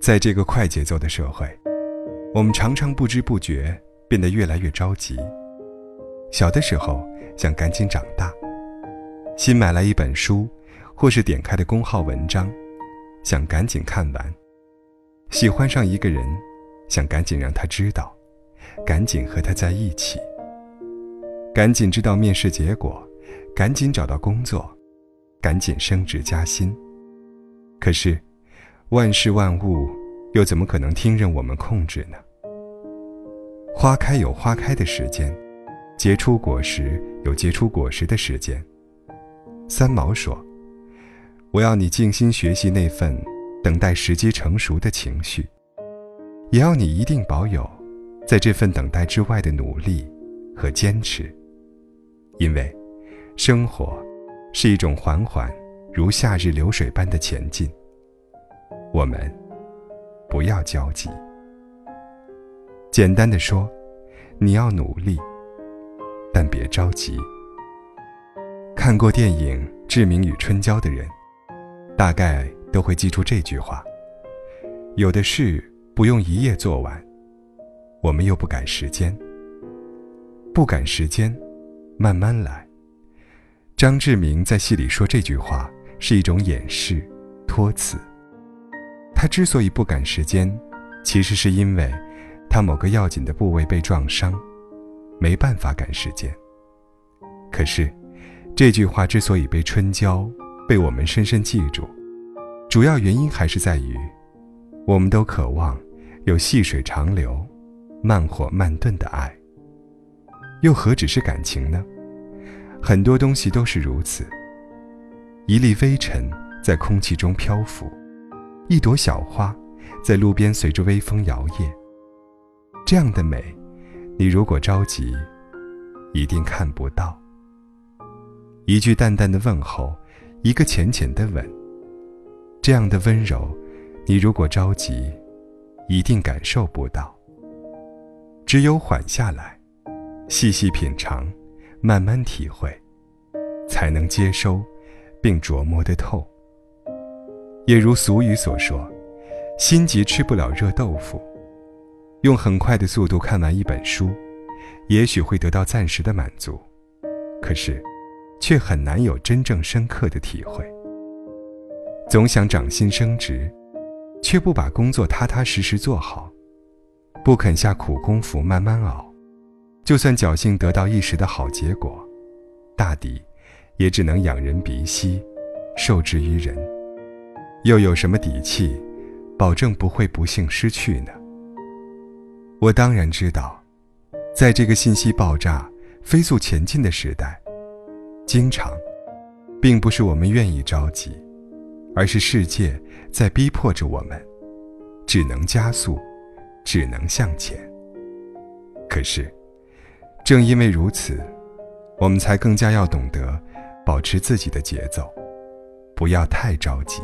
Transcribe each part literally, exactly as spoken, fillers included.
在这个快节奏的社会，我们常常不知不觉变得越来越着急。小的时候想赶紧长大，新买来一本书或是点开的公号文章，想赶紧看完。喜欢上一个人，想赶紧让他知道，赶紧和他在一起，赶紧知道面试结果，赶紧找到工作，赶紧升职加薪。可是万事万物又怎么可能听任我们控制呢？花开有花开的时间，结出果实有结出果实的时间。三毛说，我要你静心学习那份等待时机成熟的情绪，也要你一定保有在这份等待之外的努力和坚持。因为生活是一种缓缓如夏日流水般的前进，我们不要焦急。简单的说，你要努力，但别着急。看过电影《志明与春娇》的人，大概都会记住这句话：有的事不用一夜做完，我们又不赶时间。不赶时间，慢慢来。张志明在戏里说这句话是一种掩饰、托词。他之所以不赶时间，其实是因为他某个要紧的部位被撞伤，没办法赶时间。可是这句话之所以被春娇被我们深深记住，主要原因还是在于我们都渴望有细水长流、慢火慢炖的爱。又何止是感情呢？很多东西都是如此。一粒微尘在空气中漂浮，一朵小花在路边随着微风摇曳。这样的美，你如果着急，一定看不到。一句淡淡的问候，一个浅浅的吻，这样的温柔，你如果着急，一定感受不到。只有缓下来，细细品尝，慢慢体会，才能接收并琢磨得透。也如俗语所说，心急吃不了热豆腐。用很快的速度看完一本书，也许会得到暂时的满足，可是却很难有真正深刻的体会。总想涨薪升职，却不把工作踏踏实实做好，不肯下苦功夫慢慢熬，就算侥幸得到一时的好结果，大抵也只能仰人鼻息，受制于人。又有什么底气保证不会不幸失去呢？我当然知道，在这个信息爆炸、飞速前进的时代，经常并不是我们愿意着急，而是世界在逼迫着我们，只能加速，只能向前。可是正因为如此，我们才更加要懂得保持自己的节奏，不要太着急。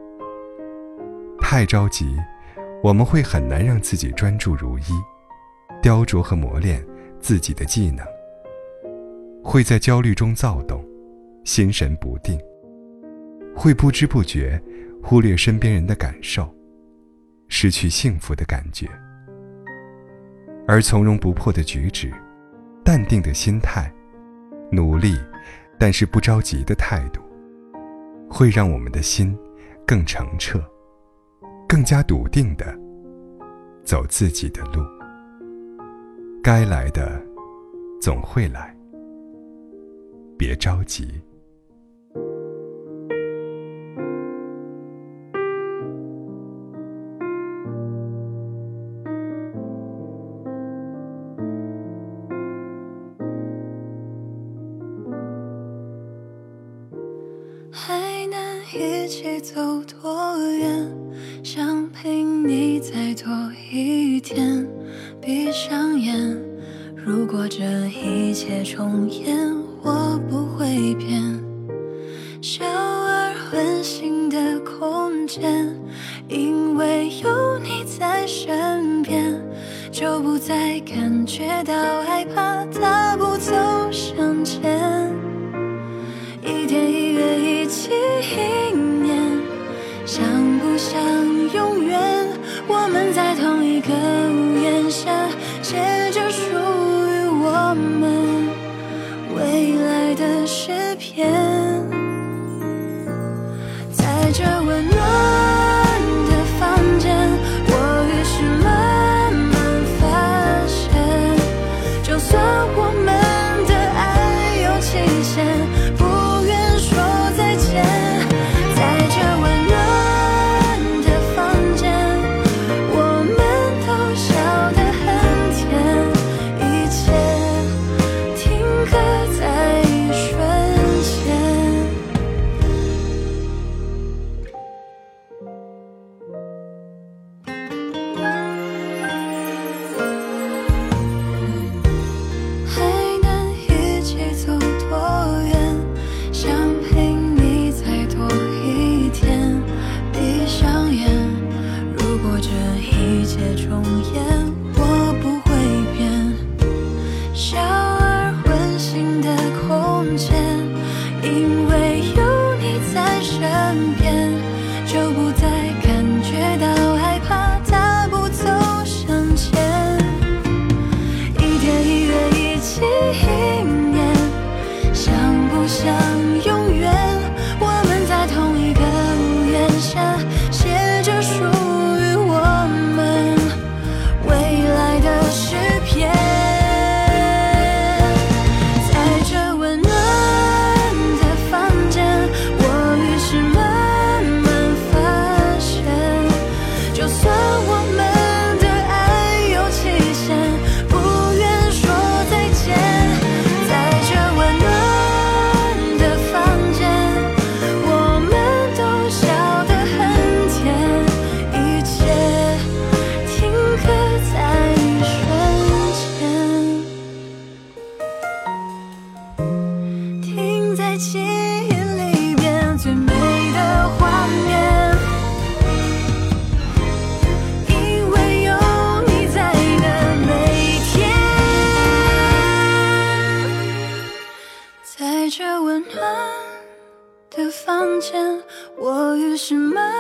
太着急，我们会很难让自己专注如一，雕琢和磨练自己的技能，会在焦虑中躁动，心神不定，会不知不觉忽略身边人的感受，失去幸福的感觉。而从容不迫的举止，淡定的心态，努力但是不着急的态度，会让我们的心更澄澈，更加笃定地走自己的路。该来的总会来，别着急。 还能一起走多远？想陪你再多一天。闭上眼，如果这一切重演，我不会变。小而温馨的空间，因为有你在身边，就不再感觉到害怕，大步走向前。一天一月一起一年，想不想永远我们在同一个屋檐下，写着属于我们未来的诗篇。在这温暖的房间，我于是慢慢发现，就算我们的爱有期限，不愿说再见。在这温暖的房间，我们都笑得很甜，一切停格在一瞬间。还能一起走多远？想陪你再多一天。闭上眼，如果这一切重演，我不会变。小而温馨的空间，因为有你在身边，就不再感觉到害怕，大步走向前。一天一月一起一年，像不像永远？我们在同一个屋檐下，写着属于我们未来的诗篇。在这温暖的房间，我于是慢慢发现，就算我们的爱有期限，不愿说再见。在这温暖的房间，我们都笑得很甜，一切停格在一瞬间，停在记忆里边最美的画面。因为有你在的每天，在这温暖的房间，我于是慢